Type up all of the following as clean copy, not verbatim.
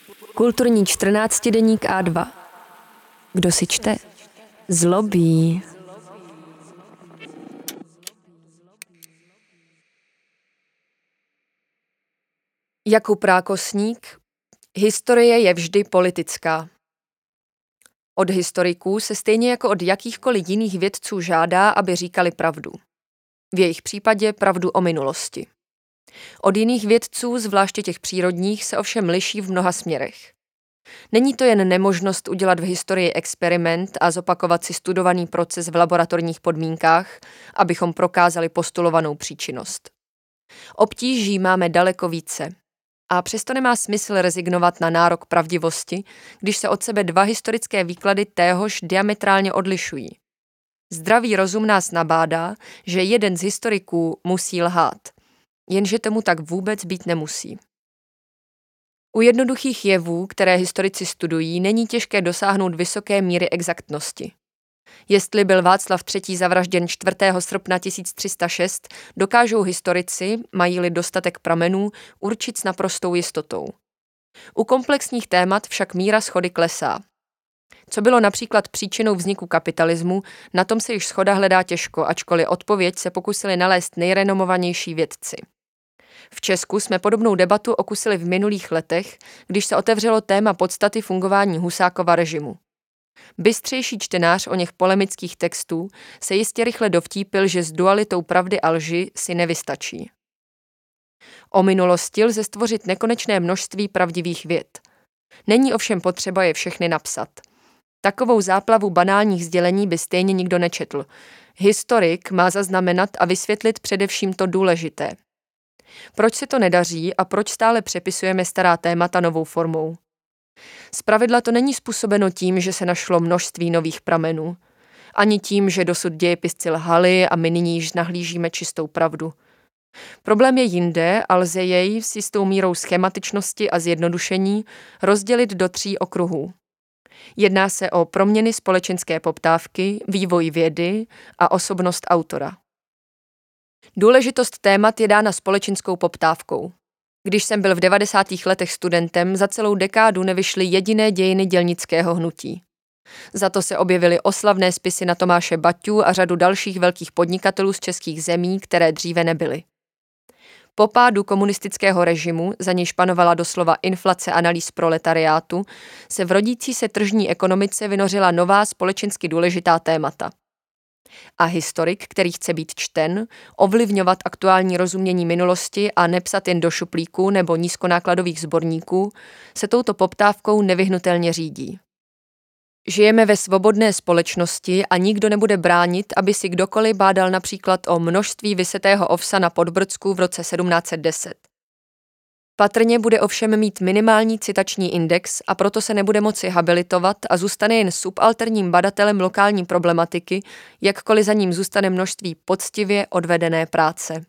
Kulturní 14denník A2. Kdo si čte? Zlobí. Jakub Rákosník. Historie je vždy politická. Od historiků se stejně jako od jakýchkoliv jiných vědců žádá, aby říkali pravdu. V jejich případě pravdu o minulosti. Od jiných vědců, zvláště těch přírodních, se ovšem liší v mnoha směrech. Není to jen nemožnost udělat v historii experiment a zopakovat si studovaný proces v laboratorních podmínkách, abychom prokázali postulovanou příčinnost. Obtíží máme daleko více. A přesto nemá smysl rezignovat na nárok pravdivosti, když se od sebe dva historické výklady téhož diametrálně odlišují. Zdravý rozum nás nabádá, že jeden z historiků musí lhát, jenže tomu tak vůbec být nemusí. U jednoduchých jevů, které historici studují, není těžké dosáhnout vysoké míry exaktnosti. Jestli byl Václav III. Zavražděn 4. srpna 1306, dokážou historici, mají-li dostatek pramenů, určit s naprostou jistotou. U komplexních témat však míra shody klesá. Co bylo například příčinou vzniku kapitalismu, na tom se již shoda hledá těžko, ačkoliv odpověď se pokusili nalézt nejrenomovanější vědci. V Česku jsme podobnou debatu okusili v minulých letech, když se otevřelo téma podstaty fungování Husákova režimu. Bystřejší čtenář o něch polemických textů se jistě rychle dovtípil, že s dualitou pravdy a lži si nevystačí. O minulosti lze stvořit nekonečné množství pravdivých vět. Není ovšem potřeba je všechny napsat. Takovou záplavu banálních sdělení by stejně nikdo nečetl. Historik má zaznamenat a vysvětlit především to důležité. Proč se to nedaří a proč stále přepisujeme stará témata novou formou? Zpravidla to není způsobeno tím, že se našlo množství nových pramenů. Ani tím, že dosud dějepisci lhali a my nyní již nahlížíme čistou pravdu. Problém je jinde a lze jej s jistou mírou schematičnosti a zjednodušení rozdělit do 3 okruhů. Jedná se o proměny společenské poptávky, vývoj vědy a osobnost autora. Důležitost témat je dána společenskou poptávkou. Když jsem byl v 90. letech studentem, za celou dekádu nevyšly jediné dějiny dělnického hnutí. Za to se objevily oslavné spisy na Tomáše Baťu a řadu dalších velkých podnikatelů z českých zemí, které dříve nebyly. Po pádu komunistického režimu, za nějž panovala doslova inflace analýz proletariátu, se v rodící se tržní ekonomice vynořila nová společensky důležitá témata. A historik, který chce být čten, ovlivňovat aktuální rozumění minulosti a nepsat jen do šuplíků nebo nízkonákladových sborníků, se touto poptávkou nevyhnutelně řídí. Žijeme ve svobodné společnosti a nikdo nebude bránit, aby si kdokoliv bádal například o množství vysetého ovsa na Podbrdsku v roce 1710. Patrně bude ovšem mít minimální citační index a proto se nebude moci habilitovat a zůstane jen subalterním badatelem lokální problematiky, jakkoliv za ním zůstane množství poctivě odvedené práce.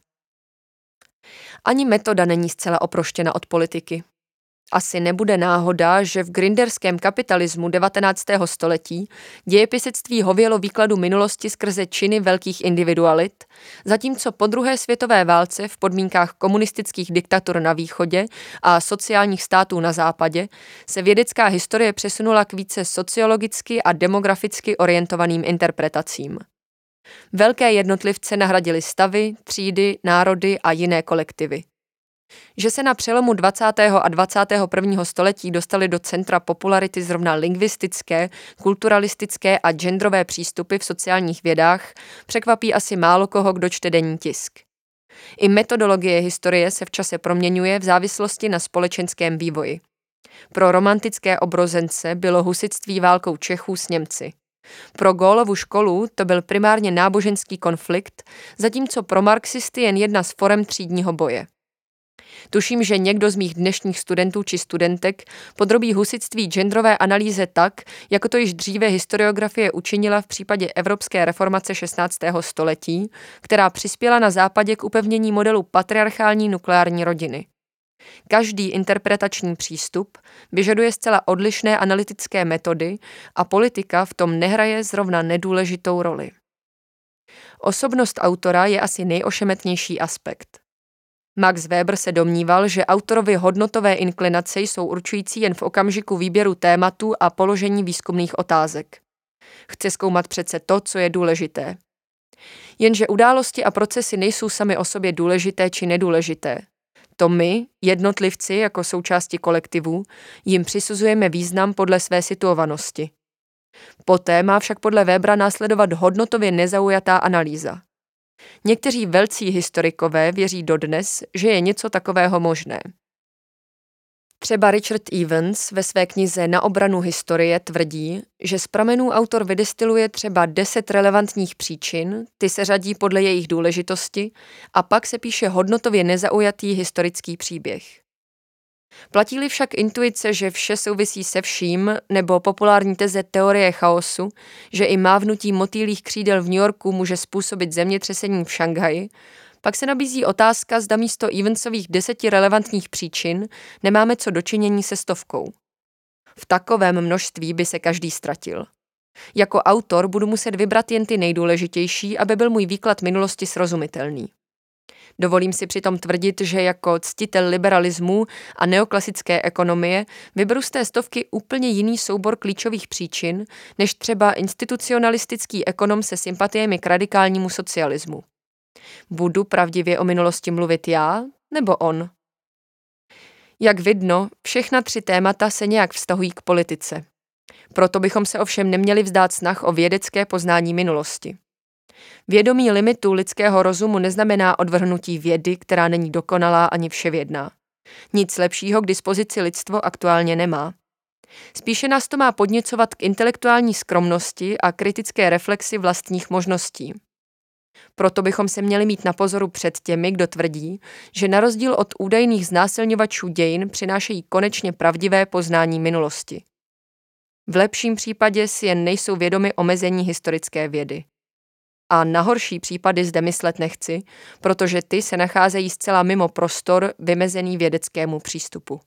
Ani metoda není zcela oproštěna od politiky. Asi nebude náhoda, že v grinderském kapitalismu 19. století dějepisectví hovělo výkladu minulosti skrze činy velkých individualit, zatímco po druhé světové válce v podmínkách komunistických diktatur na východě a sociálních států na západě se vědecká historie přesunula k více sociologicky a demograficky orientovaným interpretacím. Velké jednotlivce nahradily stavy, třídy, národy a jiné kolektivy. Že se na přelomu 20. a 21. století dostaly do centra popularity zrovna lingvistické, kulturalistické a genderové přístupy v sociálních vědách, překvapí asi málo koho, kdo čte denní tisk. I metodologie historie se v čase proměňuje v závislosti na společenském vývoji. Pro romantické obrozence bylo husitství válkou Čechů s Němci. Pro Gólovu školu to byl primárně náboženský konflikt, zatímco pro marxisty jen jedna z forem třídního boje. Tuším, že někdo z mých dnešních studentů či studentek podrobí husitství genderové analýze tak, jako to již dříve historiografie učinila v případě evropské reformace 16. století, která přispěla na západě k upevnění modelu patriarchální nukleární rodiny. Každý interpretační přístup vyžaduje zcela odlišné analytické metody a politika v tom nehraje zrovna nedůležitou roli. Osobnost autora je asi nejošemetnější aspekt. Max Weber se domníval, že autorovy hodnotové inklinace jsou určující jen v okamžiku výběru tématu a položení výzkumných otázek. Chce zkoumat přece to, co je důležité. Jenže události a procesy nejsou sami o sobě důležité či nedůležité. To my, jednotlivci jako součásti kolektivu, jim přisuzujeme význam podle své situovanosti. Poté má však podle Webera následovat hodnotově nezaujatá analýza. Někteří velcí historikové věří dodnes, že je něco takového možné. Třeba Richard Evans ve své knize Na obranu historie tvrdí, že z pramenů autor vydestiluje třeba 10 relevantních příčin, ty se řadí podle jejich důležitosti a pak se píše hodnotově nezaujatý historický příběh. Platí-li však intuice, že vše souvisí se vším, nebo populární teze teorie chaosu, že i mávnutí motýlích křídel v New Yorku může způsobit zemětřesení v Šanghaji, pak se nabízí otázka, zda místo Evansových 10 relevantních příčin nemáme co dočinění se 100. V takovém množství by se každý ztratil. Jako autor budu muset vybrat jen ty nejdůležitější, aby byl můj výklad minulosti srozumitelný. Dovolím si přitom tvrdit, že jako ctitel liberalismu a neoklasické ekonomie vyberu z té 100 úplně jiný soubor klíčových příčin, než třeba institucionalistický ekonom se sympatiemi k radikálnímu socialismu. Budu pravdivě o minulosti mluvit já, nebo on? Jak vidno, všechna 3 témata se nějak vztahují k politice. Proto bychom se ovšem neměli vzdát snah o vědecké poznání minulosti. Vědomí limitu lidského rozumu neznamená odvrhnutí vědy, která není dokonalá ani vševědná. Nic lepšího k dispozici lidstvo aktuálně nemá. Spíše nás to má podněcovat k intelektuální skromnosti a kritické reflexi vlastních možností. Proto bychom se měli mít na pozoru před těmi, kdo tvrdí, že na rozdíl od údajných znásilňovačů dějin přinášejí konečně pravdivé poznání minulosti. V lepším případě si jen nejsou vědomi omezení historické vědy. A na horší případy zde myslet nechci, protože ty se nacházejí zcela mimo prostor vymezený vědeckému přístupu.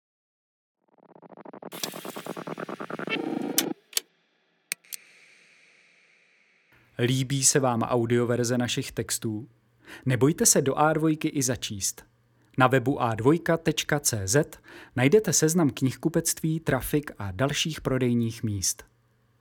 Líbí se vám audioverze našich textů? Nebojte se do A2 i začíst. Na webu a2.cz najdete seznam knihkupectví, trafik a dalších prodejních míst.